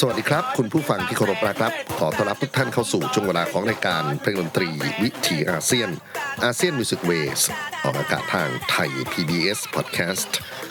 สวัสดีครับคุณผู้ฟังที่เคารพรักครับขอต้อนรับทุกท่านเข้าสู่ช่วงเวลาของรายการเพลงดนตรีวิถีอาเซียนมิวสิกเวสออกอากาศทางไทย PBS Podcast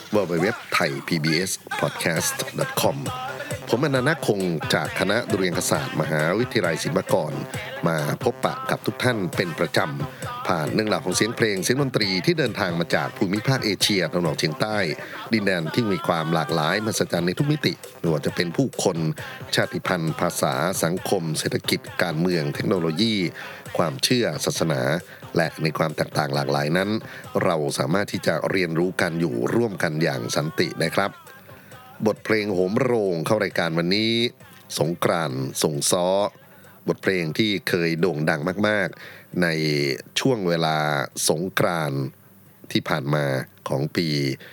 www.thaipbspodcast.com ผมอนันต์คงจากคณะดุริยางคศาสตร์มหาวิทยาลัยศิลปากรมาพบปะกับทุกท่านเป็นประจำผ่านเรื่องราวของเสียงเพลงเสียงดนตรีที่เดินทางมาจากภูมิภาคเอเชียตะวันออกเฉียงใต้ดินแดนที่มีความหลากหลายมหัศจรรย์ในทุกมิติไม่ว่าจะเป็นผู้คนชาติพันธุ์ภาษาสังคมเศรษฐกิจการเมืองเทคโนโลยีความเชื่อศาสนาและในความแตกต่างหลากหลายนั้นเราสามารถที่จะเรียนรู้กันอยู่ร่วมกันอย่างสันตินะครับบทเพลงโหมโรงเข้ารายการวันนี้สงกรานต์ส่งซ้อบทเพลงที่เคยโด่งดังมากๆในช่วงเวลาสงกรานต์ที่ผ่านมาของปี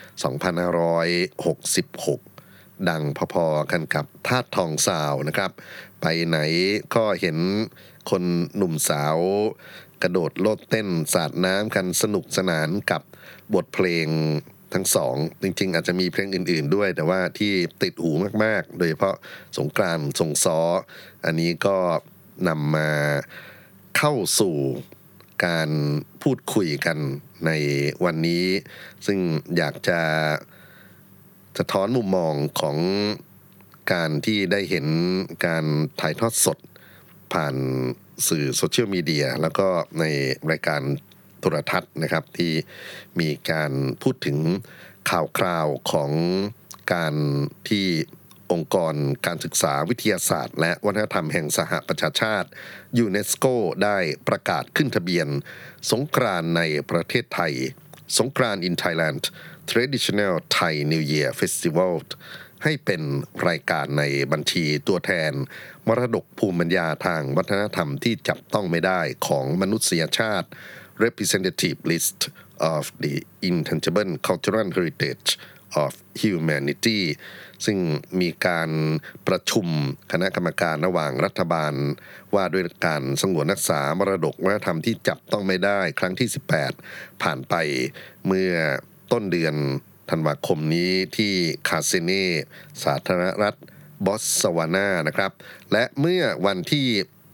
2566ดังพอๆกันกับธาตุทองซาวนะครับไปไหนก็เห็นคนหนุ่มสาวกระโดดโลดเต้นสาดน้ำกันสนุกสนานกับบทเพลงทั้งสองจริงๆอาจจะมีเพลงอื่นๆด้วยแต่ว่าที่ติดหูมากๆโดยเฉพาะสงกรานต์ส่งซ้ออันนี้ก็นำมาเข้าสู่การพูดคุยกันในวันนี้ซึ่งอยากจะสะท้อนมุมมองของการที่ได้เห็นการถ่ายทอดสดผ่านสื่อโซเชียลมีเดียแล้วก็ในรายการโทรทัศน์นะครับที่มีการพูดถึงข่าวคราวของการที่องค์กรการศึกษาวิทยาศาสตร์และวัฒนธรรมแห่งสหประชาชาติยูเนสโกได้ประกาศขึ้นทะเบียนสงกรานต์ในประเทศไทยสงกรานต์ in Thailand Traditional Thai New Year Festival ให้เป็นรายการในบัญชีตัวแทนมรดกภูมิปัญญาทางวัฒนธรรมที่จับต้องไม่ได้ของมนุษยชาติ Representative List of the Intangible Cultural Heritage of Humanity ซึ่งมีการประชุมคณะกรรมการระหว่างรัฐบาลว่าด้วยการสงวนรักษามรดกวัฒนธรรมที่จับต้องไม่ได้ครั้งที่18ผ่านไปเมื่อต้นเดือนธันวาคมนี้ที่คาเซเน่สาธารณรัฐบอตสวานานะครับและเมื่อวันที่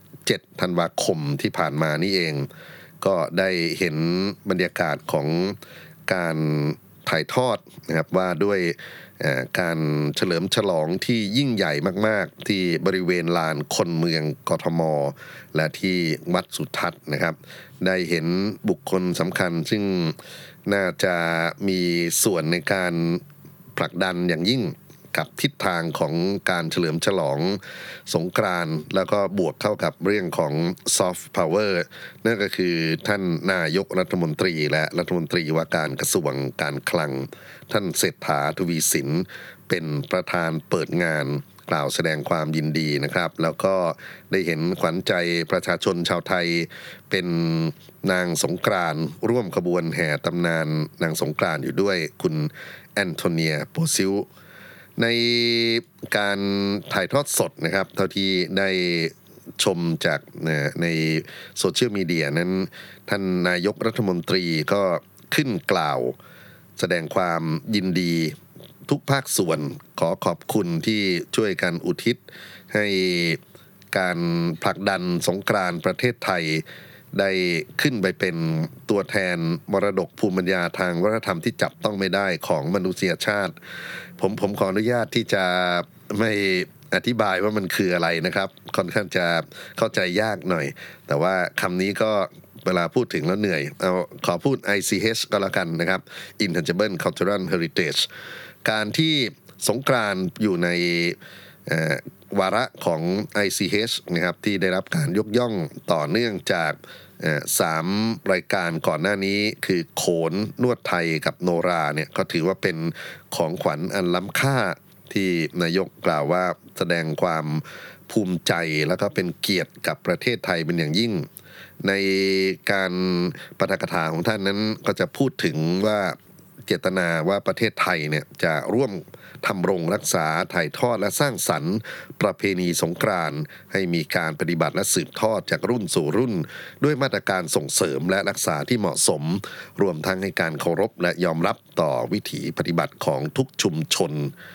7ธันวาคมที่ผ่านมานี่เองก็ได้เห็นบรรยากาศของการถ่ายทอดนะครับว่าด้วยการเฉลิมฉลองที่ยิ่งใหญ่มากๆที่บริเวณลานคนเมืองกทมและที่วัดสุทัศน์นะครับได้เห็นบุคคลสำคัญซึ่งน่าจะมีส่วนในการผลักดันอย่างยิ่งกับทิศทางของการเฉลิมฉลองสงกรานต์แล้วก็บวกเข้ากับเรื่องของซอฟต์พาวเวอร์นั่นก็คือท่านนายกรัฐมนตรีและรัฐมนตรีว่าการกระทรวงการคลังท่านเศรษฐาทวีสินเป็นประธานเปิดงานกล่าวแสดงความยินดีนะครับแล้วก็ได้เห็นขวัญใจประชาชนชาวไทยเป็นนางสงกรานต์ร่วมขบวนแห่ตำนานนางสงกรานต์อยู่ด้วยคุณแอนโทเนียโปซิลในการถ่ายทอดสดนะครับเท่าที่ได้ชมจากในโซเชียลมีเดียนั้นท่านนายกรัฐมนตรีก็ขึ้นกล่าวแสดงความยินดีทุกภาคส่วนขอขอบคุณที่ช่วยกันอุทิศให้การผลักดันสงกรานต์ประเทศไทยได้ขึ้นไปเป็นตัวแทนมรดกภูมิปัญญาทางวัฒนธรรมที่จับต้องไม่ได้ของมนุษยชาติผมขออนุญาตที่จะไม่อธิบายว่ามันคืออะไรนะครับค่อนข้างจะเข้าใจยากหน่อยแต่ว่าคำนี้ก็เวลาพูดถึงแล้วเหนื่อยเอาขอพูด ICH ก็แล้วกันนะครับ Intangible Cultural Heritage การที่สงกรานต์อยู่ในวาระของ ICH นะครับที่ได้รับการยกย่องต่อเนื่องจาก3รายการก่อนหน้านี้คือโขนนวดไทยกับโนราเนี่ยก็ถือว่าเป็นของขวัญอันล้ำค่าที่นายกกล่าวว่าแสดงความภูมิใจแล้วก็เป็นเกียรติกับประเทศไทยเป็นอย่างยิ่งในการปาฐกถาของท่านนั้นก็จะพูดถึงว่าเจตนาว่าประเทศไทยเนี่ยจะร่วมทำรงรักษาถ่ายทอดและสร้างสรรค์ประเพณีสงกรานต์ให้มีการปฏิบัติและสืบทอดจากรุ่นสู่รุ่นด้วยมาตรการส่งเสริมและรักษาที่เหมาะสมรวมทั้งให้การเคารพและยอมรับต่อวิถีปฏิบัติของทุกชุมชน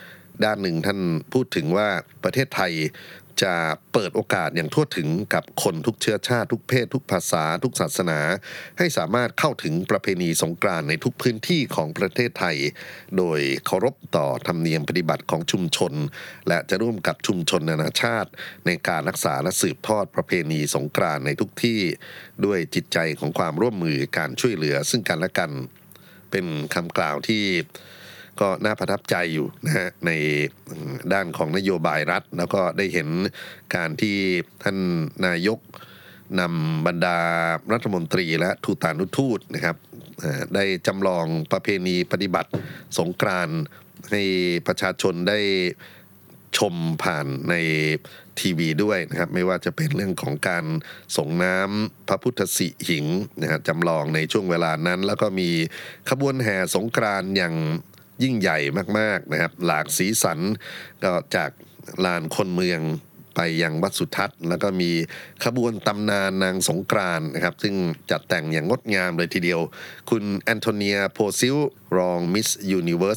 ด้านหนึ่งท่านพูดถึงว่าประเทศไทยจะเปิดโอกาสอย่างทั่วถึงกับคนทุกเชื้อชาติทุกเพศทุกภาษาทุกศาสนาให้สามารถเข้าถึงประเพณีสงกรานต์ในทุกพื้นที่ของประเทศไทยโดยเคารพต่อธรรมเนียมปฏิบัติของชุมชนและจะร่วมกับชุมชนนานาชาติในการรักษาและสืบทอดประเพณีสงกรานต์ในทุกที่ด้วยจิตใจของความร่วมมือการช่วยเหลือซึ่งกันและกันเป็นคำกล่าวที่ก็น่าประทับใจอยู่นะฮะในด้านของนโยบายรัฐแล้วก็ได้เห็นการที่ท่านนายกนำบรรดารัฐมนตรีและทูตานุทูตนะครับได้จำลองประเพณีปฏิบัติสงกรานต์ให้ประชาชนได้ชมผ่านในทีวีด้วยนะครับไม่ว่าจะเป็นเรื่องของการส่งน้ำพระพุทธสิหิงนะครับจำลองในช่วงเวลานั้นแล้วก็มีขบวนแห่สงกรานต์อย่างยิ่งใหญ่มากๆนะครับหลากสีสันก็จากลานคนเมืองไปยังวัดสุทัศน์แล้วก็มีขบวนตำนานนางสงกรานต์นะครับซึ่งจัดแต่งอย่างงดงามเลยทีเดียวคุณแอนโทเนียโพซิลรองมิสยูนิเวิร์ส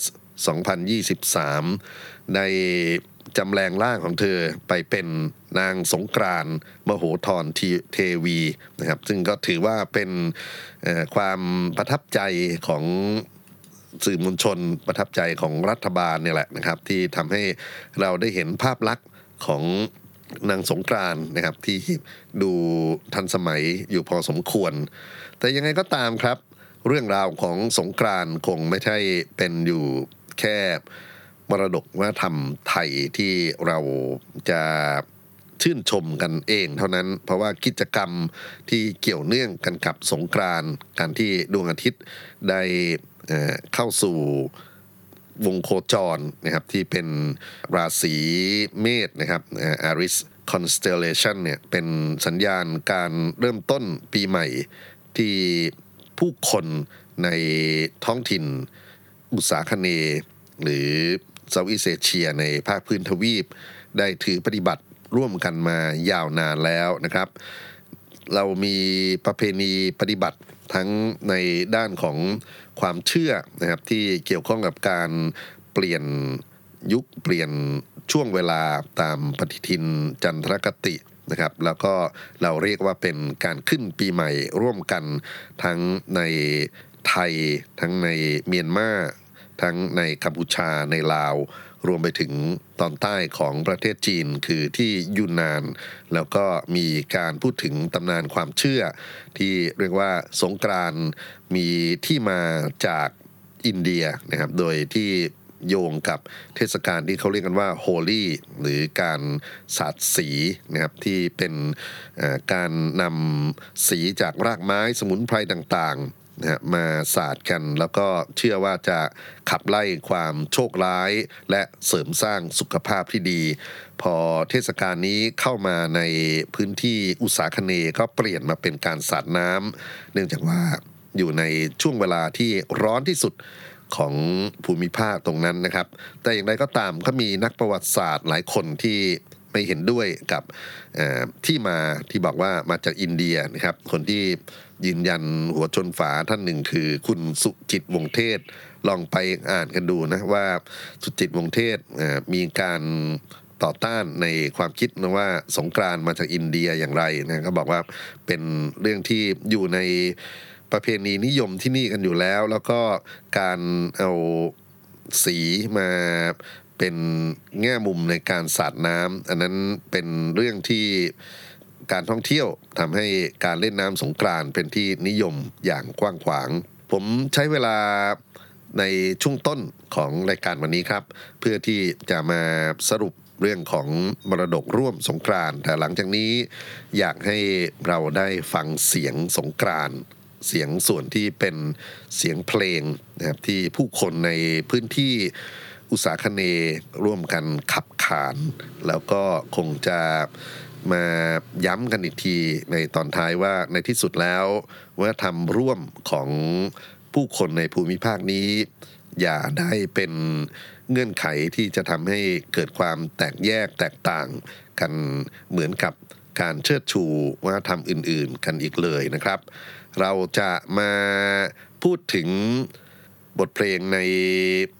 2023ได้จำแรงร่างของเธอไปเป็นนางสงกรานต์มโหธรเทวีนะครับซึ่งก็ถือว่าเป็นความประทับใจของสื่อมวลชนประทับใจของรัฐบาลเนี่ยแหละนะครับที่ทำให้เราได้เห็นภาพลักษณ์ของนางสงกรานต์นะครับที่ดูทันสมัยอยู่พอสมควรแต่ยังไงก็ตามครับเรื่องราวของสงกรานต์คงไม่ใช่เป็นอยู่แค่มรดกวัฒนธรรมไทยที่เราจะชื่นชมกันเองเท่านั้นเพราะว่ากิจกรรมที่เกี่ยวเนื่องกันกับสงกรานต์การที่ดวงอาทิตย์ได้เข้าสู่วงโคจรนะครับที่เป็นราศีเมษนะครับAries Constellation เนี่ยเป็นสัญญาณการเริ่มต้นปีใหม่ที่ผู้คนในท้องถิ่นอุษาคเนย์หรือเซาท์อีสต์เอเชียในภาคพื้นทวีปได้ถือปฏิบัติร่วมกันมายาวนานแล้วนะครับเรามีประเพณีปฏิบัติทั้งในด้านของความเชื่อนะครับที่เกี่ยวข้องกับการเปลี่ยนยุคเปลี่ยนช่วงเวลาตามปฏิทินจันทรคตินะครับแล้วก็เราเรียกว่าเป็นการขึ้นปีใหม่ร่วมกันทั้งในไทยทั้งในเมียนมาทั้งในกัมพูชาในลาวรวมไปถึงตอนใต้ของประเทศจีนคือที่ยูนนานแล้วก็มีการพูดถึงตำนานความเชื่อที่เรียกว่าสงกรานต์มีที่มาจากอินเดียนะครับโดยที่โยงกับเทศกาลที่เขาเรียกกันว่าโฮลี่หรือการสาดสีนะครับที่เป็นการนำสีจากรากไม้สมุนไพรต่างๆนะมาสาดกันแล้วก็เชื่อว่าจะขับไล่ความโชคร้ายและเสริมสร้างสุขภาพที่ดีพอเทศกาลนี้เข้ามาในพื้นที่อุษาคเนย์ก็เปลี่ยนมาเป็นการสาดน้ำเนื่องจากว่าอยู่ในช่วงเวลาที่ร้อนที่สุดของภูมิภาคตรงนั้นนะครับแต่อย่างไรก็ตามก็มีนักประวัติศาสตร์หลายคนที่ไม่เห็นด้วยกับที่มาที่บอกว่ามาจากอินเดียนะครับคนที่ยืนยันหัวชนฝาท่านหนึ่งคือคุณสุจิตวงศ์เทศลองไปอ่านกันดูนะว่าสุจิตวงศ์เทศมีการต่อต้านในความคิดนะว่าสงกรานต์มาจากอินเดียอย่างไรนะก็บอกว่าเป็นเรื่องที่อยู่ในประเพณีนิยมที่นี่กันอยู่แล้วแล้วก็การเอาสีมาเป็นแง่มุมในการสาดน้ำอันนั้นเป็นเรื่องที่การท่องเที่ยวทำให้การเล่นน้ำสงกรานต์เป็นที่นิยมอย่างกว้างขวางผมใช้เวลาในช่วงต้นของรายการวันนี้ครับเพื่อที่จะมาสรุปเรื่องของมรดกร่วมสงกรานต์แต่หลังจากนี้อยากให้เราได้ฟังเสียงสงกรานต์เสียงส่วนที่เป็นเสียงเพลงนะครับที่ผู้คนในพื้นที่อุษาคเนย์ร่วมกันขับขานแล้วก็คงจะมาย้ำกันอีกทีในตอนท้ายว่าในที่สุดแล้ววัฒนธรรมร่วมของผู้คนในภูมิภาคนี้อย่าได้เป็นเงื่อนไขที่จะทำให้เกิดความแตกแยกแตกต่างกันเหมือนกับการเชิดชูวัฒนธรรมอื่นๆกันอีกเลยนะครับเราจะมาพูดถึงบทเพลงใน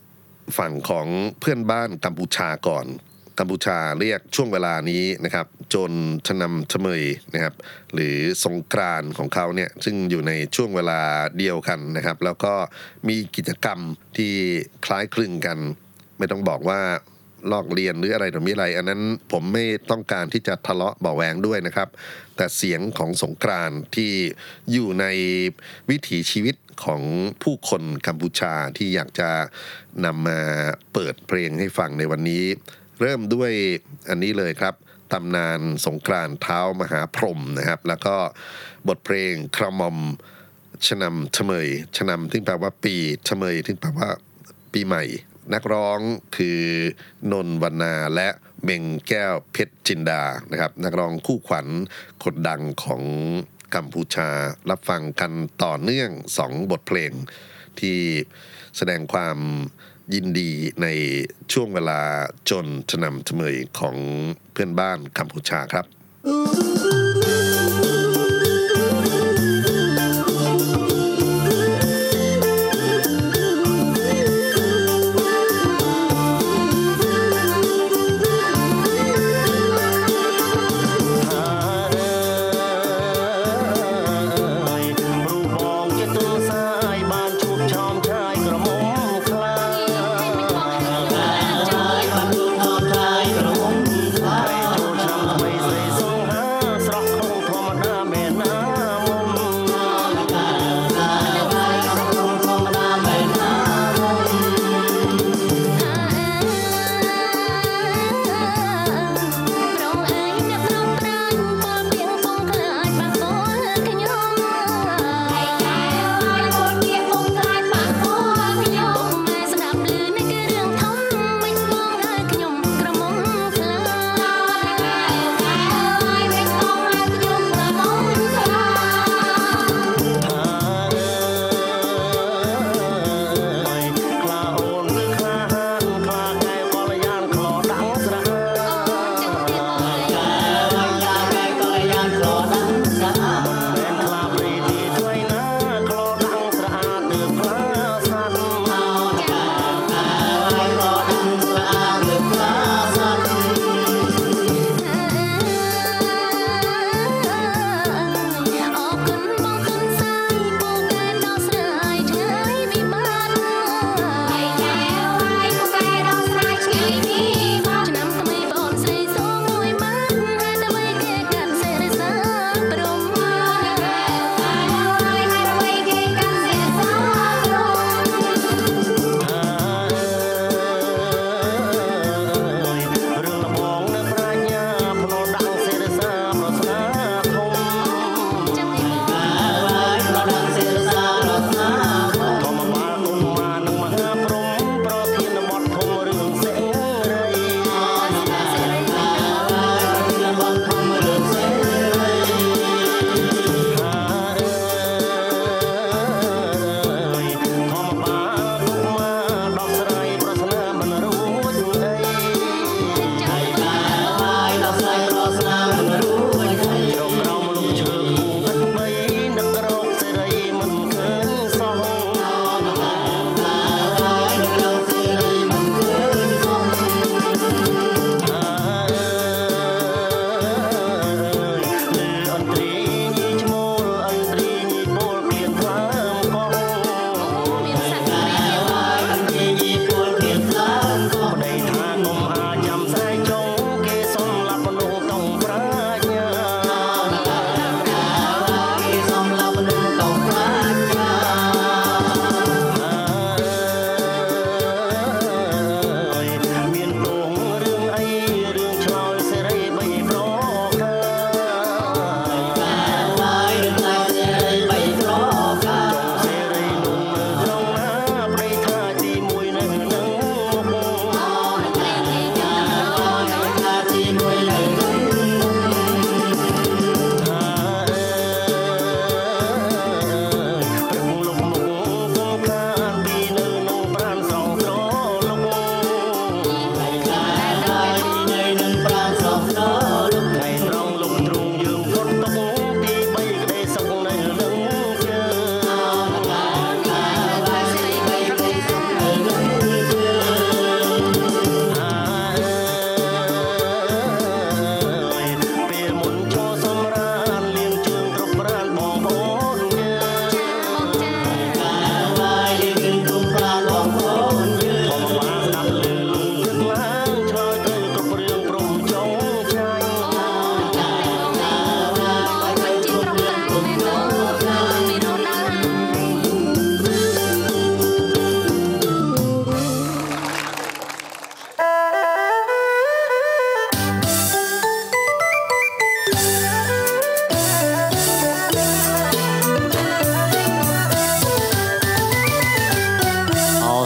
ฝั่งของเพื่อนบ้านกัมพูชาก่อนกัมพูชาเรียกช่วงเวลานี้นะครับโจนชนำชเมยนะครับหรือสงกรานต์ของเขาเนี่ยซึ่งอยู่ในช่วงเวลาเดียวกันนะครับแล้วก็มีกิจกรรมที่คล้ายคลึงกันไม่ต้องบอกว่าลอกเรียนหรืออะไรต่อมีอะไรอันนั้นผมไม่ต้องการที่จะทะเลาะเบาะแวงด้วยนะครับแต่เสียงของสงกรานต์ที่อยู่ในวิถีชีวิตของผู้คนกัมพูชาที่อยากจะนำมาเปิดเพลงให้ฟังในวันนี้เริ่มด้วยอันนี้เลยครับตำนานสงกรานต์เท้ามหาพรหมนะครับแล้วก็บทเพลงครมอมชนำชเมยชนำที่แปลว่าปีชเมยที่แปลว่าปีใหม่นักร้องคือนนท์วรรณาและเมงแก้วเพชรจินดานะครับนักร้องคู่ขวัญคนดังของกัมพูชารับฟังกันต่อเนื่อง2บทเพลงที่แสดงความยินดีในช่วงเวลาจนชนำชเมยของเพื่อนบ้านกัมพูชาครับ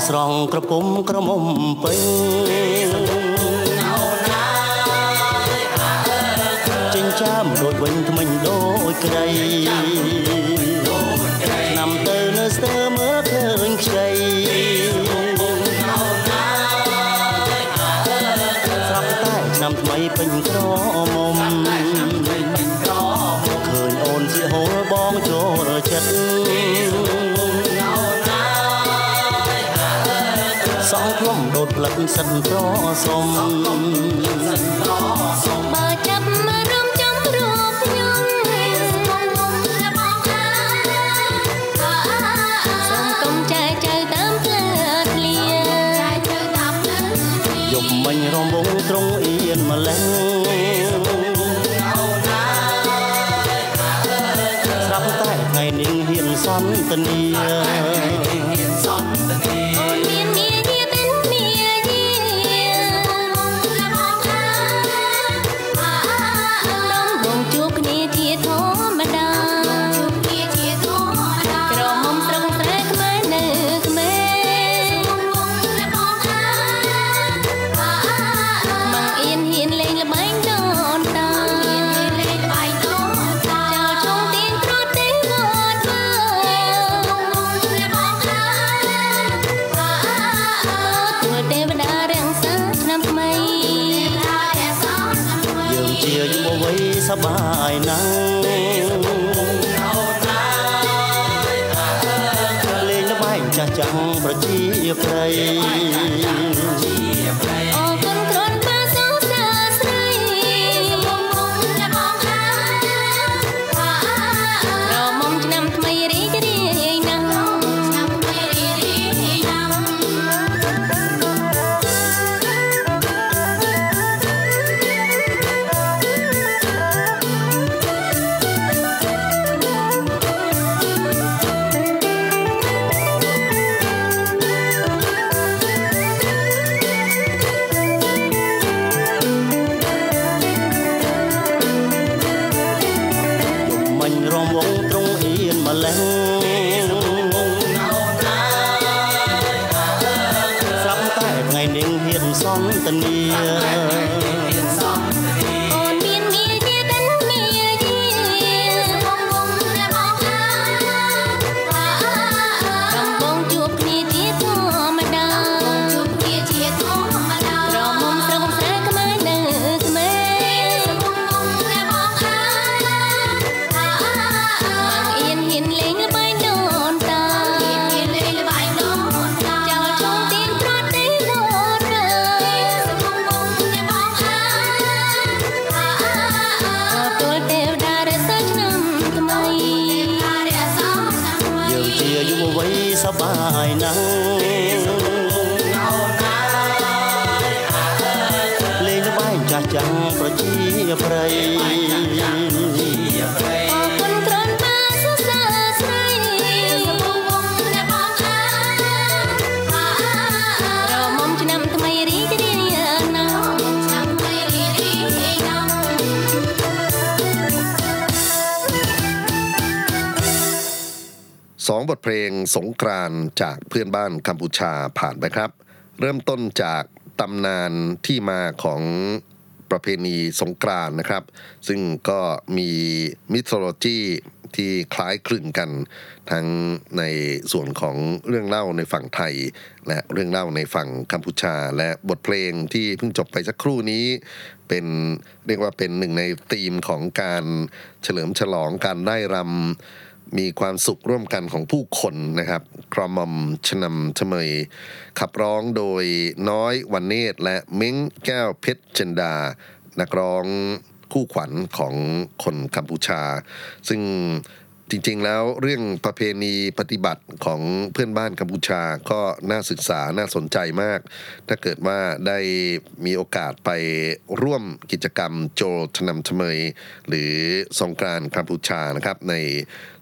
ស្រង់ក្រពុំក្រមុំពេញចិញ្ចាមដូចវិញថ្មិញដូចក្ដីឆ្នាំទៅនៅស្ទើមើលឃើញខ្ចីស្រាប់តែឆ្នាំថ្មីពេញក្រមុំឃើញអូនជាហូលបងចូលចិត្តសងខ្លំដូតផ្លឹកសិនប្រសុំបើចាប់មករំចំរូបខ្ញុំសូមកុំចែកចៅតាមផ្លូវធ្លាយប់មិញរំវងត្រង់អៀនម្លេះស្រាប់តែថ្ងៃនេះហ៊ានសន្ទនាសបាយណាស់លេងល្បែងចាស់ចាំងប្រជាប្រិយអរគុណគ្រាន់បើសងសាស្រីរមុំឆ្នាំថ្មីរីករាយណាស់សន្ទនាអូនមានងារជាតិនងារជាបងបងតែបងកំពុងជួបគ្នាជាធម្មតាជួបគ្នាជាធម្មតារមុំស្រងស្រែខ្មែរនៅក្មេងបងបងតែបងមកអៀនហ៊ានលេងល្បែងដូនតាហ៊ានលេងល្បែងដូនតាចោលជុំទៀនប្រត់ទេដូនរើទូលទេវតារសឆ្នាំថ្មីយើងជាយុវវ័យសប្បាយណាស់លេងល្បែងចាស់ចាំងប្រជាប្រិយ 2 บทเพลงสงกรานต์จากเพื่อนบ้านกัมพูชาผ่านไปครับเริ่มต้นจากตำนานที่มาของประเพณีสงกรานต์นะครับซึ่งก็มีมิโทโลจีที่คล้ายคลึงกันทั้งในส่วนของเรื่องเล่าในฝั่งไทยและเรื่องเล่าในฝั่งกัมพูชาและบทเพลงที่เพิ่งจบไปสักครู่นี้เป็นเรียกว่าเป็นหนึ่งในธีมของการเฉลิมฉลองการได้รำมีความสุขร่วมกันของผู้คนนะครับกระหม่อมชนำชเมยขับร้องโดยน้อยวันเนตรและเม้งแก้วเพชรจินดานักร้องคู่ขวัญของคนกัมพูชาซึ่งจริงๆแล้วเรื่องประเพณีปฏิบัติของเพื่อนบ้านกัมพูชาก็น่าศึกษาน่าสนใจมากถ้าเกิดว่าได้มีโอกาสไปร่วมกิจกรรมโจทนำชเมยหรือสงกรานต์กัมพูชานะครับใน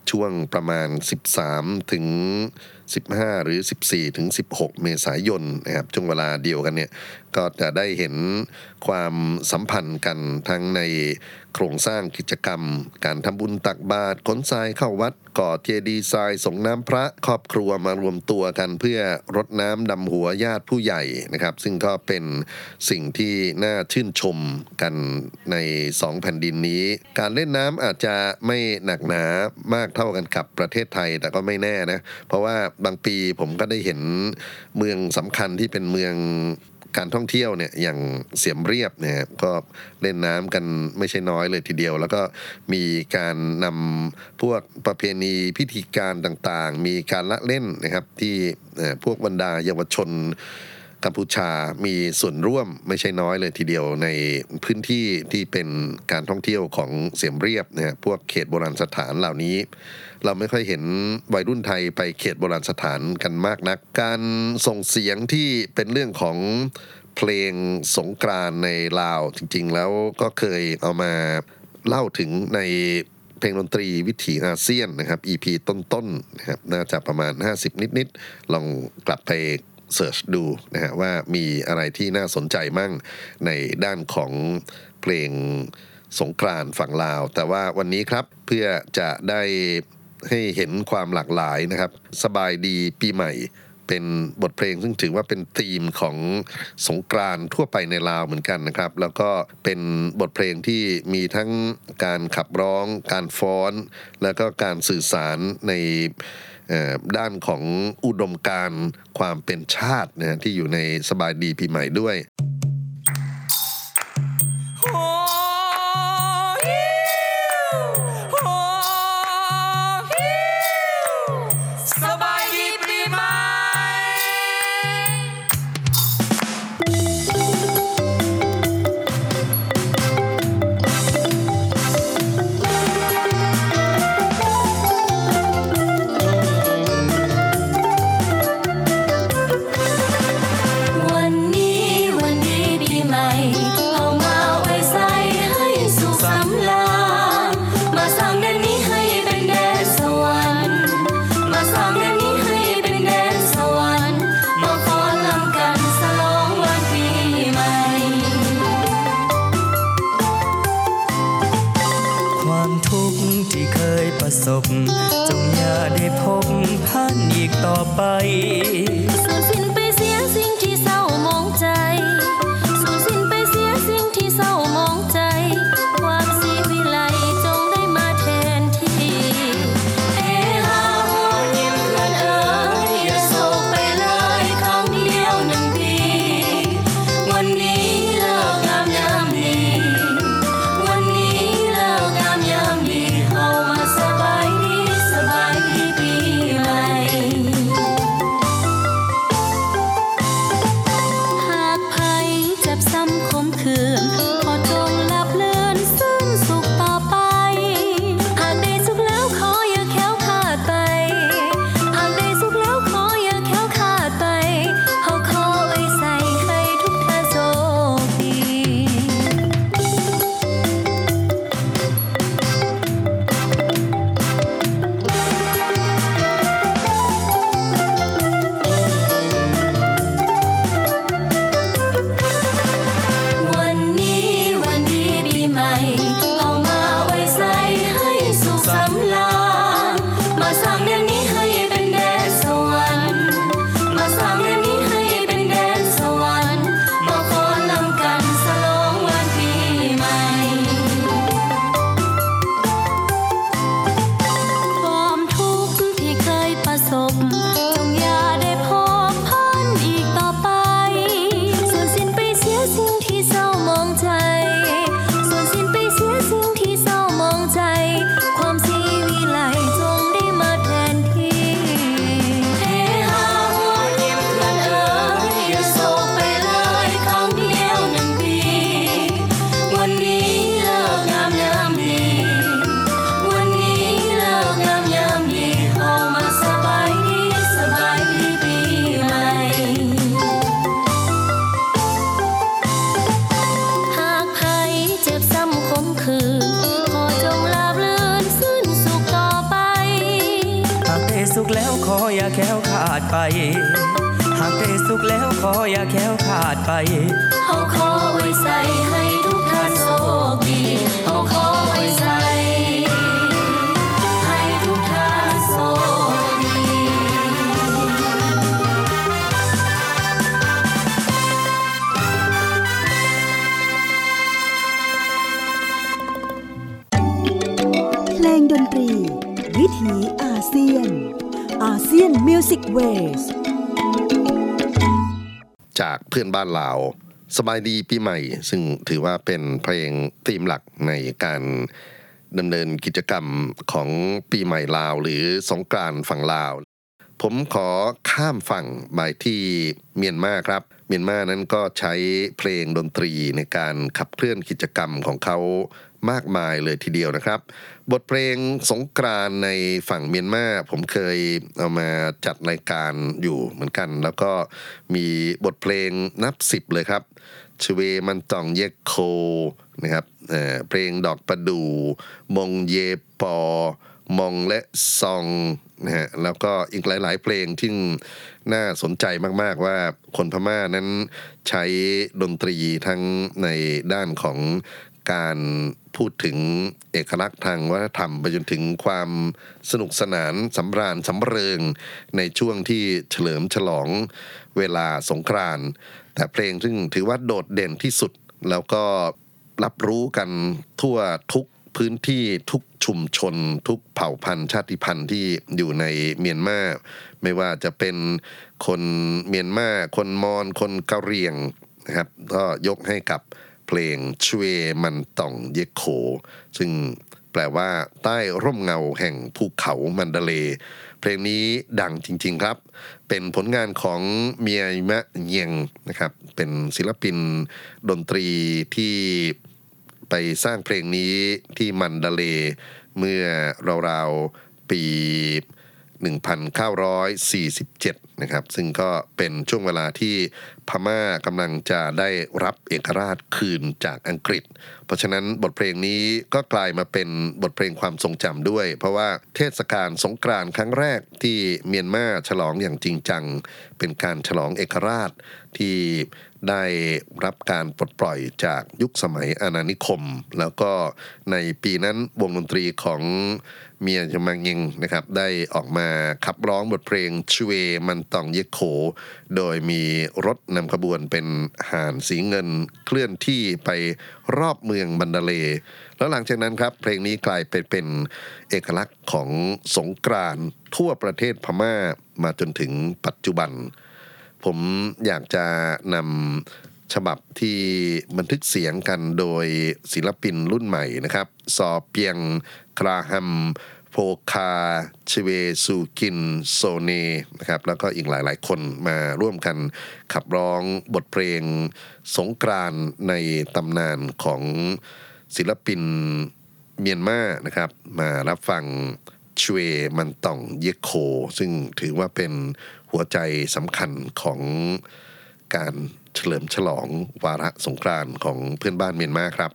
ช่วงประมาณ13ถึง15หรือ14ถึง16เมษายนนะครับช่วงเวลาเดียวกันเนี่ยก็จะได้เห็นความสัมพันธ์กันทั้งในโครงสร้างกิจกรรมการทำบุญตักบาตรขนทรายเข้าวัดก่อเจดีย์ทรายส่งน้ำพระครอบครัวมารวมตัวกันเพื่อรดน้ำดำหัวญาติผู้ใหญ่นะครับซึ่งก็เป็นสิ่งที่น่าชื่นชมกันใน2แผ่นดินนี้การเล่นน้ำอาจจะไม่หนักหนามากเท่ากันกับประเทศไทยแต่ก็ไม่แน่นะเพราะว่าบางปีผมก็ได้เห็นเมืองสำคัญที่เป็นเมืองการท่องเที่ยวเนี่ยอย่างเสียมเรียบเนี่ยก็เล่นน้ำกันไม่ใช่น้อยเลยทีเดียวแล้วก็มีการนำพวกประเพณีพิธีการต่างๆมีการละเล่นนะครับที่พวกบรรดาเยาวชนกัมพูชามีส่วนร่วมไม่ใช่น้อยเลยทีเดียวในพื้นที่ที่เป็นการท่องเที่ยวของเสียมเรียบนะพวกเขตโบราณสถานเหล่านี้เราไม่ค่อยเห็นวัยรุ่นไทยไปเขตโบราณสถานกันมากนักการส่งเสียงที่เป็นเรื่องของเพลงสงกรานต์ในลาวจริงๆแล้วก็เคยเอามาเล่าถึงในเพลงดนตรีวิถีอาเซียนนะครับ EP ต้นๆนะครับน่าจะประมาณ50นิดๆลองกลับไปเสิร์ชดูนะฮะว่ามีอะไรที่น่าสนใจมั่งในด้านของเพลงสงกรานต์ฝั่งลาวแต่ว่าวันนี้ครับเพื่อจะได้ให้เห็นความหลากหลายนะครับสบายดีปีใหม่เป็นบทเพลงซึ่งถือว่าเป็นธีมของสงกรานต์ทั่วไปในลาวเหมือนกันนะครับแล้วก็เป็นบทเพลงที่มีทั้งการขับร้องการฟ้อนแล้วก็การสื่อสารในด้านของอุดมการณ์ความเป็นชาตินะที่อยู่ในสบายดีปีใหม่ด้วยจงอย่าได้พบผ่านอีกต่อไปสูญสิ้นไปเสียสิ่งที่เศร้ามองใจสูญสิ้นไปเสียสิ่งที่เศร้ามองใจความสีวิไลจงได้มาแทนที่ฮาหัวยิ้มเพื่อนเอ๋ยอย่าโศกไปเลยครั้งเดียว1 ปีวันนี้เลิกงามยามดีวันนี้เลิกงามยามดีเฮามาสบายดีปีใหม่ขออย่าแค้วขาดไปหากได้สุขแล้วขออย่าแค้วขาดไปเฮาขอไว้ใส่ให้ทุกท่านโชคดีเฮาขอไว้ใส่ให้ทุกท่านโชคดีเพลงดนตรีวิถีอาเซียนมิวสิกเวสจากเพื่อนบ้านลาวสบายดีปีใหม่ซึ่งถือว่าเป็นเพลงธีมหลักในการดำเนินกิจกรรมของปีใหม่ลาวหรือสงกรานต์ฝั่งลาวผมขอข้ามฝั่งไปที่เมียนมาครับเมียนมานั้นก็ใช้เพลงดนตรีในการขับเคลื่อนกิจกรรมของเขามากมายเลยทีเดียวนะครับบทเพลงสงกรานต์ในฝั่งเมียนมาผมเคยเอามาจัดรายการอยู่เหมือนกันแล้วก็มีบทเพลงนับ10เลยครับชเวมันตองเยกโคนะครับเพลงดอกประดู่มงเยปอมองและซองนะฮะแล้วก็อีกหลายๆเพลงที่น่าสนใจมากๆว่าคนพม่านั้นใช้ดนตรีทั้งในด้านของการพูดถึงเอกลักษณ์ทางวัฒนธรรมไปจนถึงความสนุกสนานสำราญสำเริงในช่วงที่เฉลิมฉลองเวลาสงกรานต์แต่เพลงซึ่งถือว่าโดดเด่นที่สุดแล้วก็รับรู้กันทั่วทุกพื้นที่ทุกชุมชนทุกเผ่าพันธุ์ชาติพันธุ์ที่อยู่ในเมียนมาไม่ว่าจะเป็นคนเมียนมาคนมอญคนกะเหรี่ยงนะครับก็ยกให้กับเพลงชเวมันตองเยโคซึ่งแปลว่าใต้ร่มเงาแห่งภูเขามันดาเลเพลงนี้ดังจริงๆครับเป็นผลงานของเมียมะเยียงนะครับเป็นศิลปินดนตรีที่ไปสร้างเพลงนี้ที่มันดาเลเมื่อราวๆปี1947นะครับซึ่งก็เป็นช่วงเวลาที่พม่ากำลังจะได้รับเอกราชคืนจากอังกฤษเพราะฉะนั้นบทเพลงนี้ก็กลายมาเป็นบทเพลงความทรงจำด้วยเพราะว่าเทศกาลสงกรานต์ครั้งแรกที่เมียนมาฉลองอย่างจริงจังเป็นการฉลองเอกราชที่ได้รับการปลดปล่อยจากยุคสมัยอาณานิคมแล้วก็ในปีนั้นวงดนตรีของเมียจมังยิงนะครับได้ออกมาขับร้องบทเพลงชเวมันตองเยโคโดยมีรถนำขบวนเป็นห่านสีเงินเคลื่อนที่ไปรอบเมืองบันดาเลแล้วหลังจากนั้นครับเพลงนี้กลายเป็นเอกลักษณ์ของสงกรานต์ทั่วประเทศพม่ามาจนถึงปัจจุบันผมอยากจะนำฉบับที่บันทึกเสียงกันโดยศิลปินรุ่นใหม่นะครับซอเปียงคราฮัมโพคาชเวซูกินโซเนนะครับแล้วก็อีกหลายๆคนมาร่วมกันขับร้องบทเพลงสงกรานต์ในตำนานของศิลปินเมียนมานะครับมารับฟังชเวมันตองเยโคซึ่งถือว่าเป็นหัวใจสำคัญของการเฉลิมฉลองวาระสงกรานต์ของเพื่อนบ้านเมียนมาครับ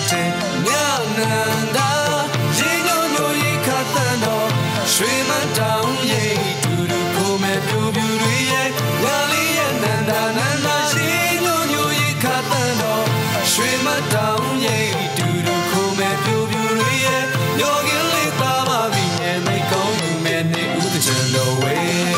တဲ့ညနန္ဒာရေညိုညိုရေခတ်တန်တော့ရွှေမတောင်ရိပ်တူတူကိုမဲ့ပြူပြူတွေရဲ့ငါလေးရဲ့နန္ဒာနန္ဒာရေညိုညိုရေခတ်တန်တော့ရွှေမတောင်ရိပ်တူတူကိုမဲ့ပြူပြူတွေရဲ့ညောကင်းလေးသားပါပြီနဲ့မိတ်ကောင်းယူမဲ့နေဦးတဲ့ချန်တော်ဝဲ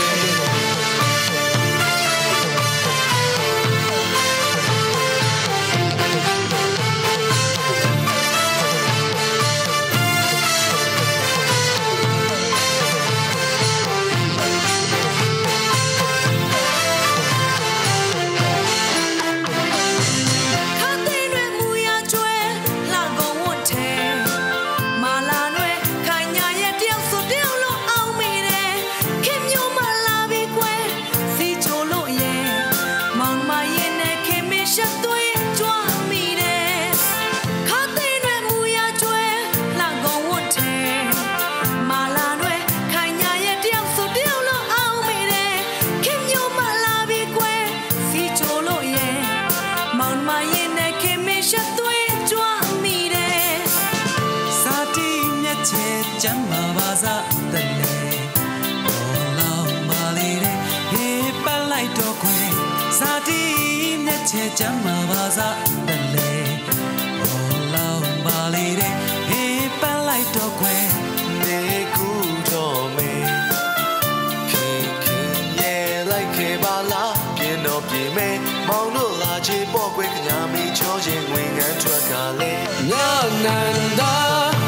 ကျမ်းမာပါစားတလေဘောလောင်ပါလေတဲ့ဟေးပတ်လိုက်တော့ခွေစာတီမျက်ချေကျမ်းမာပါစားတလေဘောလောင်ပါလေတဲ့ဟေးပတ်လိုက်တော့ခွေနေကူတော့မေခင်ခင်ရဲ့လိုက်ခဲ့ပါလားပြင်းတော့ပြေမဲမောင်တို့လာချေပေါ့ခွေကညာမီချောချင်းဝင်ငန်းထွက်ကလေညနန္ဒာ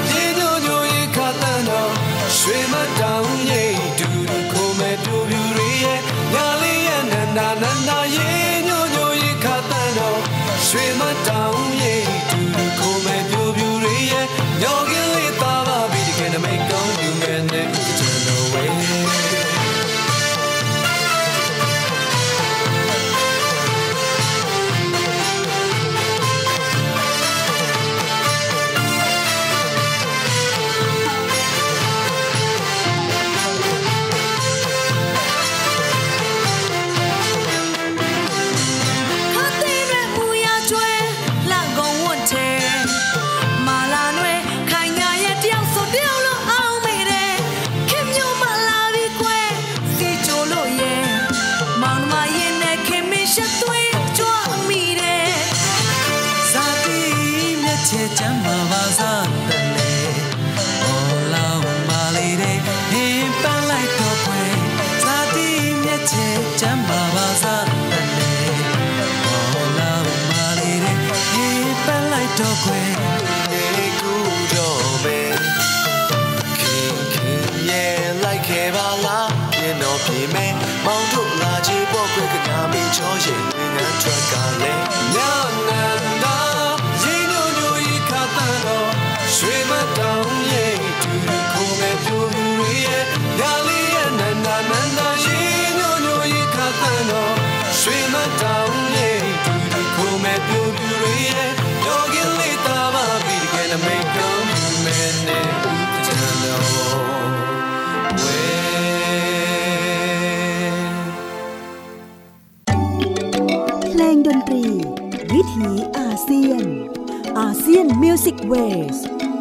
ရွှေမတောင်ရိပ်တူတူကိုမဲ့ပြူပြူတွေရဲ့ညာလေးရဲ့နန္ဒာနန္ဒာရေညိုညိုရေခတ်တန်တော့ရွှေမတောင်ရိပ်တူတူကိုမဲ့ပြူပြူတွေရဲ့ညောကင်းလေးသားပါပြီတကယ်မိတ်ကောင်းယူမဲ့နဲ့ချန်တော်ဝဲကျမ်းမာပါစားတလေဘောလောင်ပါလေတဲ့ဟင်းပန်းလိုက်တော့ခွေဇာတိမျက်ချေကျမ်းမာပါစားတလေဘောလောင်ပါလေတဲ့ဟင်းပန်းလိုက်တော့ခွေနေကူတော့မေခင်ခင်ရဲ့လိုက်ခဲ့ပါလားပြင်းတော့ပြေမဲမောင်တို့လာချေပေါ့ခွေကနာမီချောရင်ဝင်ငန်းထွက်ကလေညနန္ဒာရွှေမတောင်ရိပ်တူတူကိုမဲ့ပြူပြူတွေရဲ့ညာလေးရဲ့နန္ဒာနန္ဒာရေညိုညိုရေခတ်တန်တော့ရွှေမတောင်ရိပ်တူတူကိုမဲ့ပြူပြူတွေရဲ့ညောကင်းလေးသားပါပြီတကယ်မိတ်ကောင်းယူမဲ့နဲ့ချမ်းတော်ဝဲเพลงดนตรีวิถีอาเซียนอาเซียนมิวสิกเวส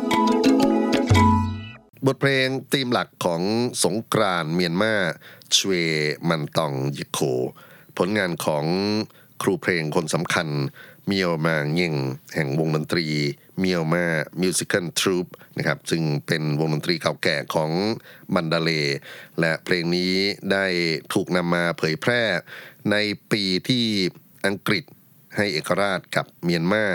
บทเพลงธีมหลักของสงกรานต์เมียนมาชเวมันตองยิโคผลงานของครูเพลงคนสำคัญเมียวมาเง่งแห่งวงดนตรีเมียวมามิวสิคัลทรูปนะครับซึ่งเป็นวงดนตรีเก่าแก่ของมันดาเลและเพลงนี้ได้ถูกนำมาเผยแพร่ในปีที่อังกฤษให้เอกราชกับเมียนมา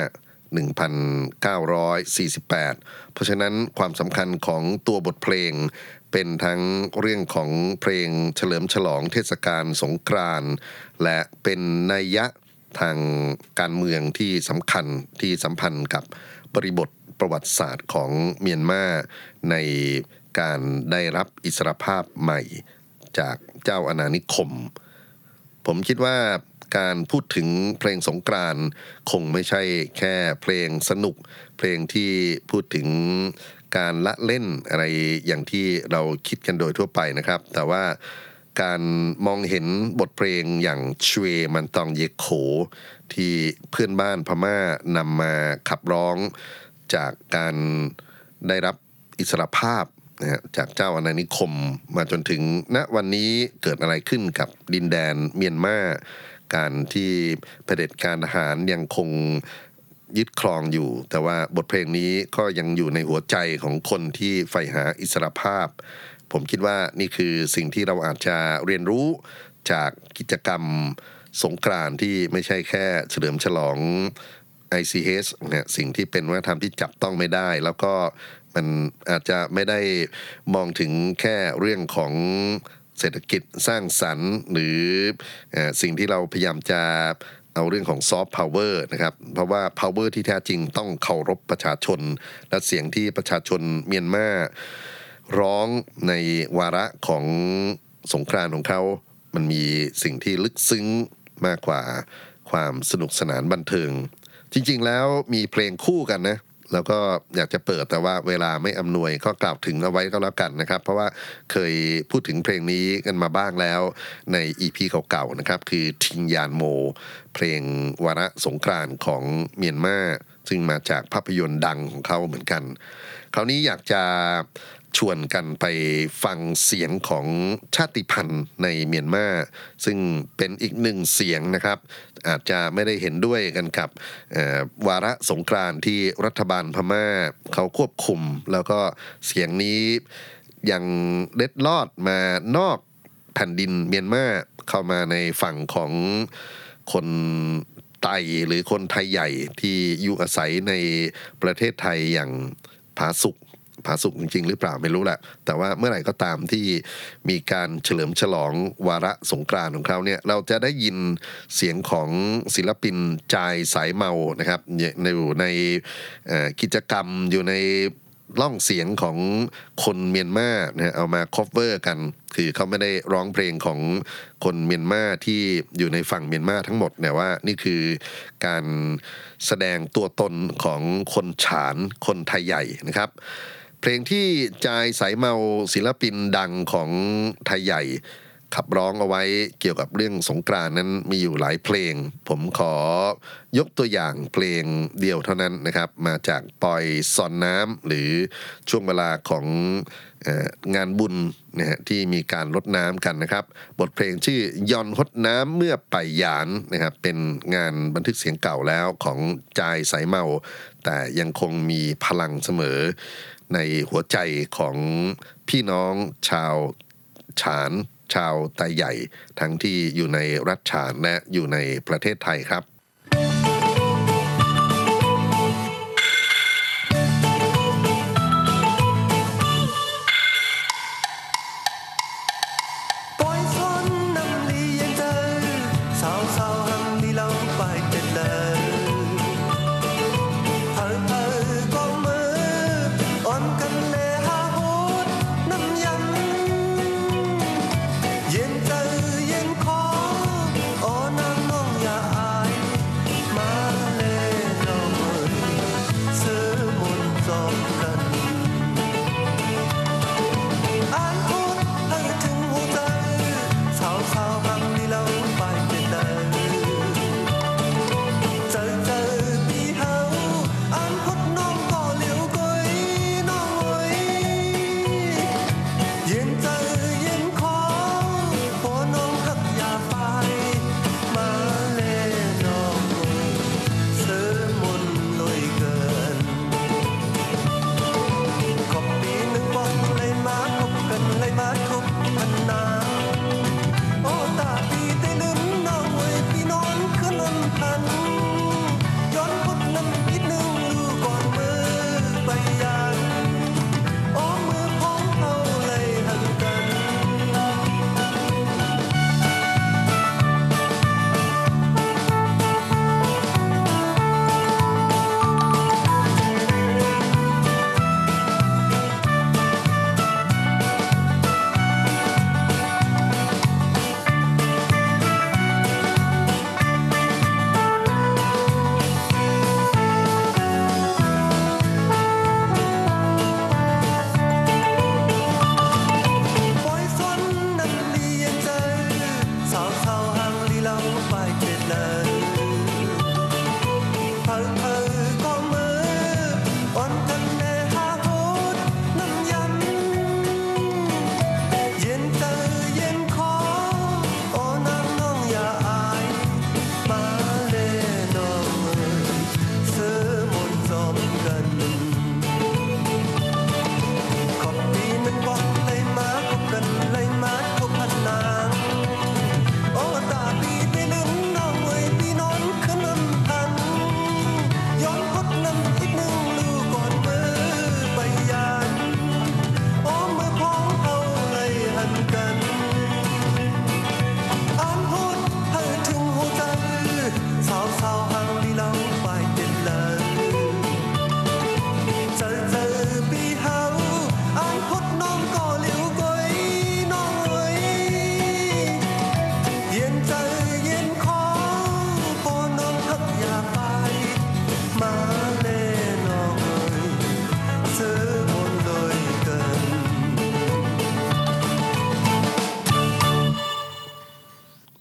1948 เพราะฉะนั้นความสำคัญของตัวบทเพลงเป็นทั้งเรื่องของเพลงเฉลิมฉลองเทศกาลสงกรานต์และเป็นนัยยะทางการเมืองที่สำคัญที่สัมพันธ์กับบริบทประวัติศาสตร์ของเมียนมาในการได้รับอิสรภาพใหม่จากเจ้าอาณานิคมผมคิดว่าการพูดถึงเพลงสงกรานต์คงไม่ใช่แค่เพลงสนุกเพลงที่พูดถึงการละเล่นอะไรอย่างที่เราคิดกันโดยทั่วไปนะครับแต่ว่าการมองเห็นบทเพลงอย่างชเวมันตองเยโขที่เพื่อนบ้านพม่านำมาขับร้องจากการได้รับอิสรภาพนะฮะจากเจ้าอาณานิคมมาจนถึงณวันนี้เกิดอะไรขึ้นกับดินแดนเมียนมาการที่เผด็จการทหารยังคงยึดครองอยู่แต่ว่าบทเพลงนี้ก็ยังอยู่ในหัวใจของคนที่ใฝ่หาอิสรภาพผมคิดว่านี่คือสิ่งที่เราอาจจะเรียนรู้จากกิจกรรมสงกรานต์ที่ไม่ใช่แค่เฉลิมฉลอง ICH เนี่ยสิ่งที่เป็นวัฒนธรรมที่จับต้องไม่ได้แล้วก็มันอาจจะไม่ได้มองถึงแค่เรื่องของเศรษฐกิจสร้างสรรค์หรือสิ่งที่เราพยายามจะเอาเรื่องของซอฟต์พาวเวอร์นะครับเพราะว่า power ที่แท้จริงต้องเคารพประชาชนและเสียงที่ประชาชนเมียนมาร้องในวาระของสงกรานต์ของเขามันมีสิ่งที่ลึกซึ้งมากกว่าความสนุกสนานบันเทิงจริงๆแล้วมีเพลงคู่กันนะแล้วก็อยากจะเปิดแต่ว่าเวลาไม่อำนวยก็กล่าวถึงเอาไว้ก็แล้วกันนะครับเพราะว่าเคยพูดถึงเพลงนี้กันมาบ้างแล้วใน EP เก่าๆนะครับคือทิงยานโมเพลงวาระสงกรานต์ของเมียนมาซึ่งมาจากภาพยนตร์ดังของเขาเหมือนกันคราวนี้อยากจะชวนกันไปฟังเสียงของชาติพันธุ์ในเมียนมาซึ่งเป็นอีกหนึ่งเสียงนะครับอาจจะไม่ได้เห็นด้วยกันกับวาระสงกรานต์ที่รัฐบาลพม่าเขาควบคุมแล้วก็เสียงนี้ยังเล็ดลอดมานอกแผ่นดินเมียนมาเข้ามาในฝั่งของคนไตหรือคนไทยใหญ่ที่อยู่อาศัยในประเทศไทยอย่างผาสุกจริงๆหรือเปล่าไม่รู้แหละแต่ว่าเมื่อไหร่ก็ตามที่มีการเฉลิมฉลองวาระสงกรานต์ของเขาเนี่ยเราจะได้ยินเสียงของศิลปินจายสายเมานะครับอยู่ในกิจกรรมอยู่ในร่องเสียงของคนเมียนมานะเอามาคัฟเวอร์กันคือเขาไม่ได้ร้องเพลงของคนเมียนมาที่อยู่ในฝั่งเมียนมาทั้งหมดแต่ว่านี่คือการแสดงตัวตนของคนฉานคนไทยใหญ่นะครับเพลงที่จายสายเมาศิลปินดังของไทยใหญ่ขับร้องเอาไว้เกี่ยวกับเรื่องสงกรานต์นั้นมีอยู่หลายเพลงผมขอยกตัวอย่างเพลงเดียวเท่านั้นนะครับมาจากปอยซอนน้ำหรือช่วงเวลาของงานบุญนะฮะที่มีการรดน้ำกันนะครับบทเพลงชื่อยอนฮดน้ำเมื่อไปหยานนะครับเป็นงานบันทึกเสียงเก่าแล้วของจายสายเมาแต่ยังคงมีพลังเสมอในหัวใจของพี่น้องชาวฉานชาวไทยใหญ่ทั้งที่อยู่ในรัฐฉานและอยู่ในประเทศไทยครับเย็นใจเย็นคออ๋อนางน้องอย่าอาย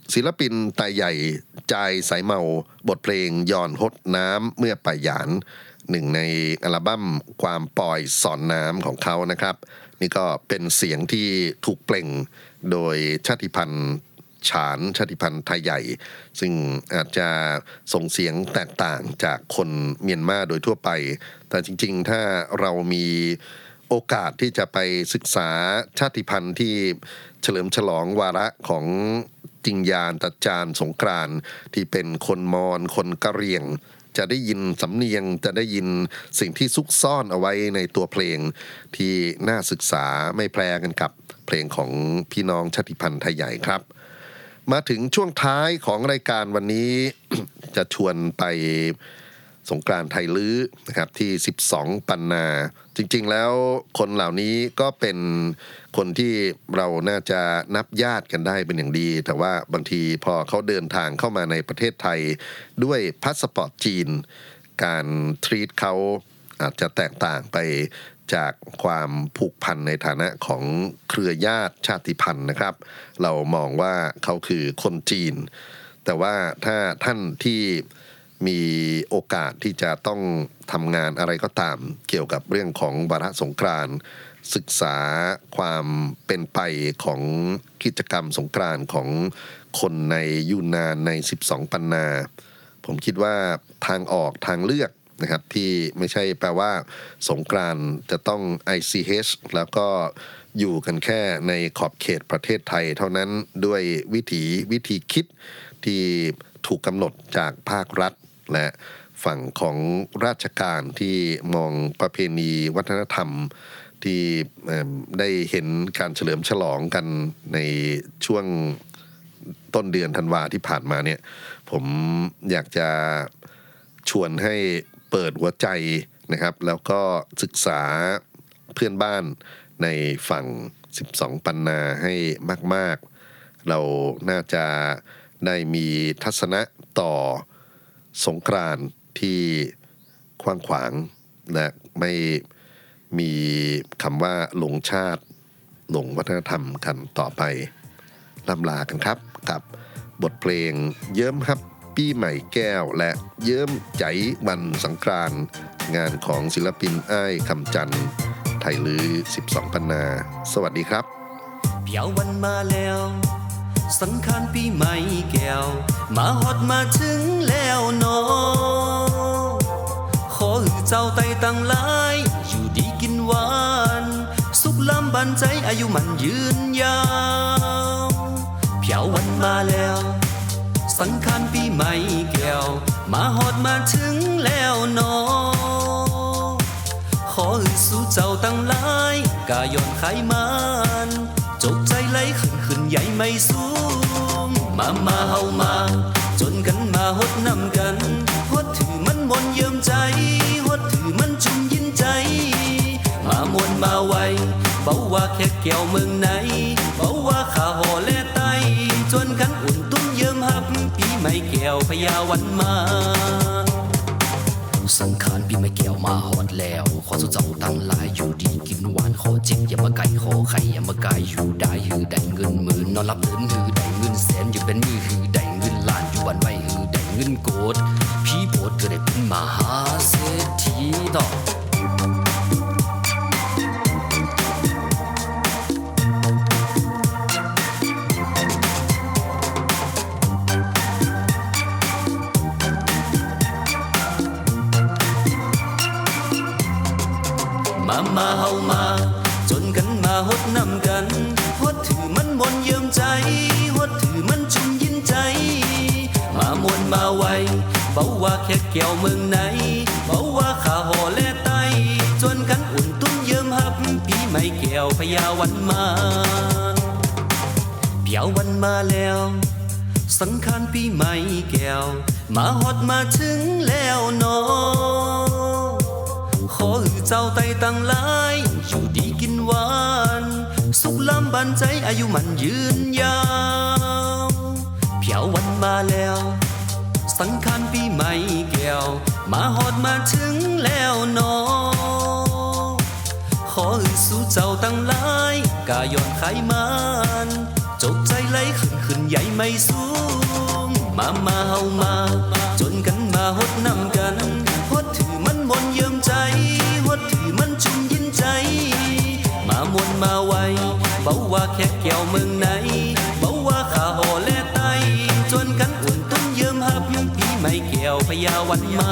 ศิลปินตายใหญ่จายสายเมาบทเพลงย้อนฮดน้ำเมื่อป่าหยานหนึ่งในอัลบั้มความปล่อยสอนน้ำของเขานะครับนี่ก็เป็นเสียงที่ถูกเปล่งโดยชาติพันธุ์ฉานชาติพันธุ์ไทยใหญ่ซึ่งอาจจะส่งเสียงแตกต่างจากคนเมียนมาโดยทั่วไปแต่จริงๆถ้าเรามีโอกาสที่จะไปศึกษาชาติพันธุ์ที่เฉลิมฉลองวาระของจิงยานตะจานสงกรานต์ที่เป็นคนมอญคนกะเหรี่ยงจะได้ยินสำเนียงจะได้ยินสิ่งที่ซุกซ่อนเอาไว้ในตัวเพลงที่น่าศึกษาไม่แพ้กันกับเพลงของพี่น้องชาติพันธุ์ไทยใหญ่ครับมาถึงช่วงท้ายของรายการวันนี้ จะชวนไปสงกรานต์ไทยลื้อนะครับที่12ปันนาจริงๆแล้วคนเหล่านี้ก็เป็นคนที่เราน่าจะนับญาติกันได้เป็นอย่างดีแต่ว่าบางทีพอเขาเดินทางเข้ามาในประเทศไทยด้วยพาสปอร์ตจีนการทรีตเขาอาจจะแตกต่างไปจากความผูกพันในฐานะของเครือญาติชาติพันธุ์นะครับเรามองว่าเขาคือคนจีนแต่ว่าถ้าท่านที่มีโอกาสที่จะต้องทำงานอะไรก็ตามเกี่ยวกับเรื่องของวาระสงกรานต์ศึกษาความเป็นไปของกิจกรรมสงกรานต์ของคนในยูนนานใน12ปันนาผมคิดว่าทางออกทางเลือกนะครับที่ไม่ใช่แปลว่าสงกรานต์จะต้อง ICH แล้วก็อยู่กันแค่ในขอบเขตประเทศไทยเท่านั้นด้วยวิธีคิดที่ถูกกำหนดจากภาครัฐและฝั่งของราชการที่มองประเพณีวัฒนธรรมที่ได้เห็นการเฉลิมฉลองกันในช่วงต้นเดือนธันวาที่ผ่านมาเนี่ยผมอยากจะชวนให้เปิดหัวใจนะครับแล้วก็ศึกษาเพื่อนบ้านในฝั่ง12ปันนาให้มากๆเราน่าจะได้มีทัศนะต่อสงกรานต์ที่กว้างขวางและไม่มีคำว่าหลงชาติหลงวัฒนธรรมกันต่อไปล่ำลากันครับกับบทเพลงเยิ้มฮับปีใหม่แก้วและเยิ้มใจวันสังกรานต์งานของศิลปินอ้ายคำจันทร์ไทยลือ12ปันนาสวัสดีครับเปียววันมาแล้วสังขารปีใหม่แก้วมาฮอดมาถึงแล้วเนาะขอให้เจ้าไต่ตั้งหลายอยู่ดีกินหวานสุขล้ำบันใจอายุมันยืนยาวเปียววันมาแล้วสังขารปีใหม่แก้วมาฮอดมาถึงแล้วเนาะขอให้สู่เจ้าตั้งหลายกาย้อนไขมันจกใจไหลขึ้นใหญ่ไม่สูงมาเฮามาจนกันมาฮดนำกันฮดถือมันมนเยิ้มใจฮดถือมันชุ่มยินใจมามวนมาไวเบาว่าแค่แก้วเมืองไหนเบาว่าข้าห่อและไตจนกันอุ่นตุ้มเยิ้มฮับปีใหม่แก้วพญาวันมาสังขารปีไม่แก้วมาฮอดแล้วขอสู่เจ้าตั้งหลายอยู่ดีกินหวานขอเจ็บอย่ามาไก่ขอไข่อย่ามาไก่อยู่ได้หือได้เงินหมื่นนอนรับเลินหือได้เงินแสนอยู่เป็นมือหือได้เงินล้านอยู่วันไว้หือได้เงินโกดพี่โปรดก็ได้เป็นมหาเศรษฐีต่อมาเฮามาจนกันมาฮดนำกันฮดถือมันมนเยิ้มใจฮดถือมันชุ่มยินใจมามวนมาไวเบาว่าแค่แก้วเมืองไหนเบาว่าข้าห่อและไตจนกันอุ่นตุ้มเยิ้มฮับปีใหม่แก้วพญาวันมาเปียววันมาแล้วสังขารปีใหม่แก้วมาฮอดมาถึงแล้วเนาะขอให้เจ้าไต่ตั้งหลายอยู่ดีกินหวานสุขล้ำบันใจอายุมันยืนยาวเพียววันมาแล้วสังขารปีใหม่แก้วมาฮอดมาถึงแล้วเนาะขอให้สู่เจ้าตั้งหลายกาย้อนไขมันจกใจไหลขึ้นใหญ่ไม่สูงมาเฮามาจนกันมาฮดนำกันฮดถือมันมนเยิ่มใจฮดถือมันชุ่มยินใจมามวนมาไวเบาว่าแค่แก้วเมืองไหนเบาว่าข้าหอและไตจนกันอุ่นตุ้นเยิ่มหับยังปีไม่แก้วพยาวันมา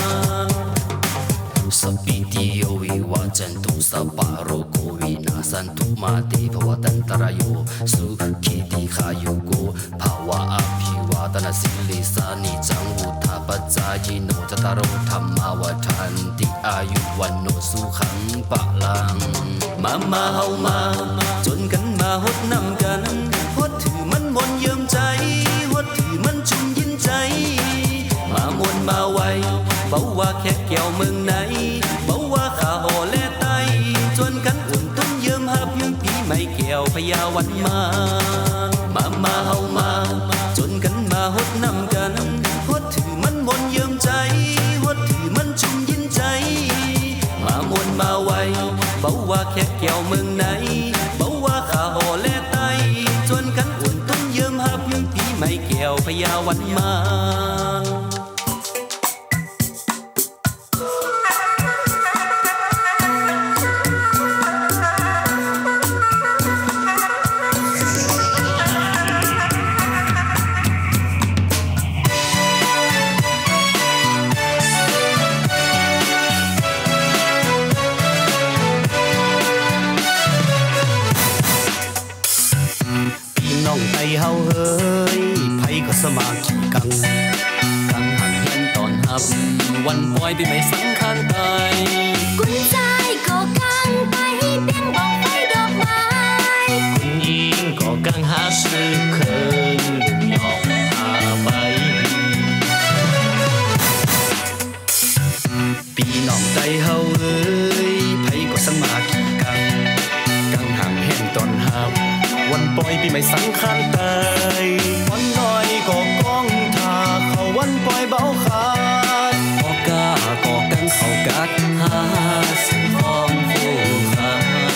Sapitiyowi wajantu saparo kowi nasantu mate bhawatantarayo sukhiti khayugo bhava abhiwadana silisani janghu thapajayino jataro dhammawathanti ayuwanno sukhang palang mama hau maจนกันมาฮดนำกันฮดถือมันมนเยิ่มใจฮดถือมันชุ่มยินใจมามวนมาไวเบาว่าแค่แก้วเมืองไหนเบาว่าข้าหอและไตจนกันอุ่นตุ้มเยิ่มหับยังปีไม่แก้วพยาวันมาเฮามาจนกันมาฮดนำกันฮดถือมันมนเยิ่มใจฮดถือมันชุ่มยินใจมามวนมาไวเบาว่าแค่แก้วเมืองไหนเบาว่าข้าหอและไตจนกันอุ่นตุ้มเยิ่มหับยังปีไม่แก้วพยาวันมาเฮาเฮ้ยไผก็สมาธิกังหันเฮียนตอนหับวันปล่อยปีใหม่สังขารตายกุญใจก็กังไปเตียงบอกไฟดอกไม้คุณยิงก็กังหาซื้อเคินหยอกหาใบปีน้องใจเฮาเฮ้ยไผก็สมาธิกังหันเฮียนตอนหับวันปล่อยปีใหม่สังขารตายวันน้อยก็ก้องท่าเขาวันปล่อยเบาขาดก็กล้าก็กันเขากัดหาสิ่งของผู้ขา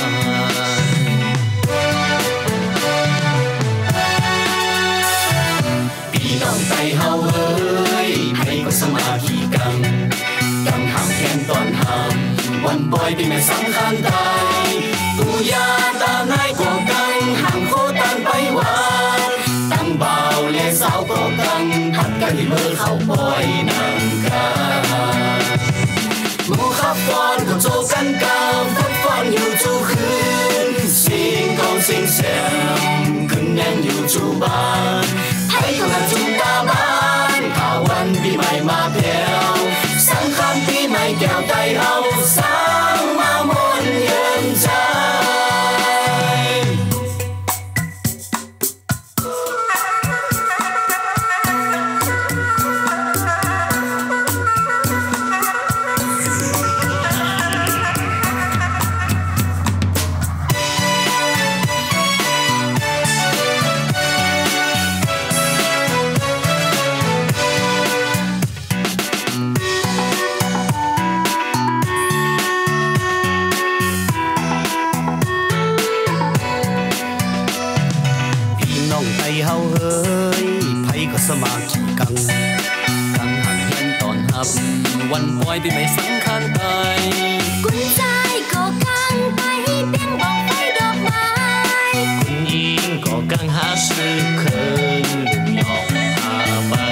ปีน้องไตเฮาเอ้ยให้ก็สมาธิกังห้ามแค้นตอนห้ามวันปล่อยปีใหม่สังขารตายตุยาตาในก็กังห่างโคตันไปวันตั้งเบาเลสาวก็กังหัดกันที่มือเข้าปล่อยนางกาหมู่ขับฟอนก็โจกันกาฟัดฟอนอยู่จูคืนสิ่งกองสิ่งเสียงขึ้นแน่นอยู่จูบ้านให้ก็หัดจูตาบ้านข่าววันปีใหม่มาเพียวสังขารปีใหม่แก้วไตเฮาสร้างมามนเยินใจเฮาเฮ้ยไผก็สมาธิกังหันเฮียนตอนหับวันปล่อยปีใหม่สังขารตายกุญใจก็กังไปเตียงบอกไฟดอกไม้คุณยิงก็กังหาซื้อเคินหยอกหาใบ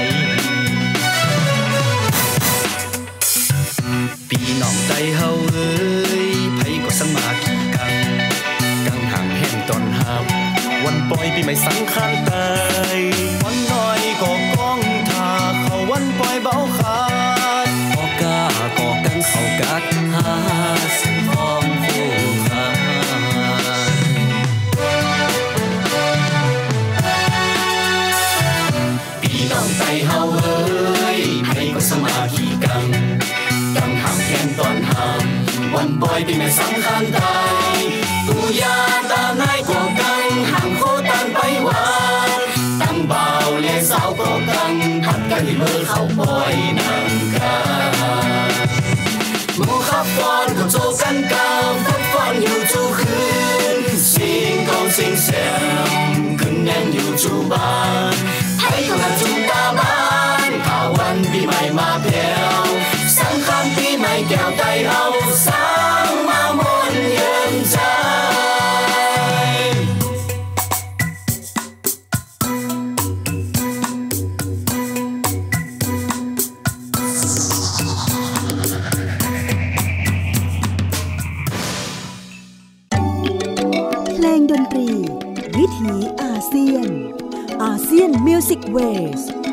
ปีน้องใจเฮาเอ้ยไผก็สมาธิกังห่างเฮียนตอนหับวันปล่อยปีใหม่สังขารตายวันน้อยก็ก้องท่าเขาวันปล่อยเบาขาดก็กล้าก็กันเขากัดหาสิ่งของผู้ขาปีน้องใจเฮาเอ้ยให้ก็สมาธิกังห้ามแค้นตอนห้ามวันปล่อยปีใหม่สังขารตายตุยาตาในก็กังห่างโคตันไปวันตั้งเบาเลสาวก็กังหัดกันที่มือเข้าปล่อยนางกาหมู่ขับฟอนก็โจกันกาฟัดฟอนอยู่จูคืนสิ่งกองสิ่งเสียงขึ้นแน่นอยู่ชูบานให้กำลังจุงตาบ้านข่าววันปีใหม่มาแผ่วสังขารปีใหม่แก้วไตเฮาสร้างมามนเยินใจเพลงดนตรีวิถีอาเซียนอาเซียนมิวสิกเวส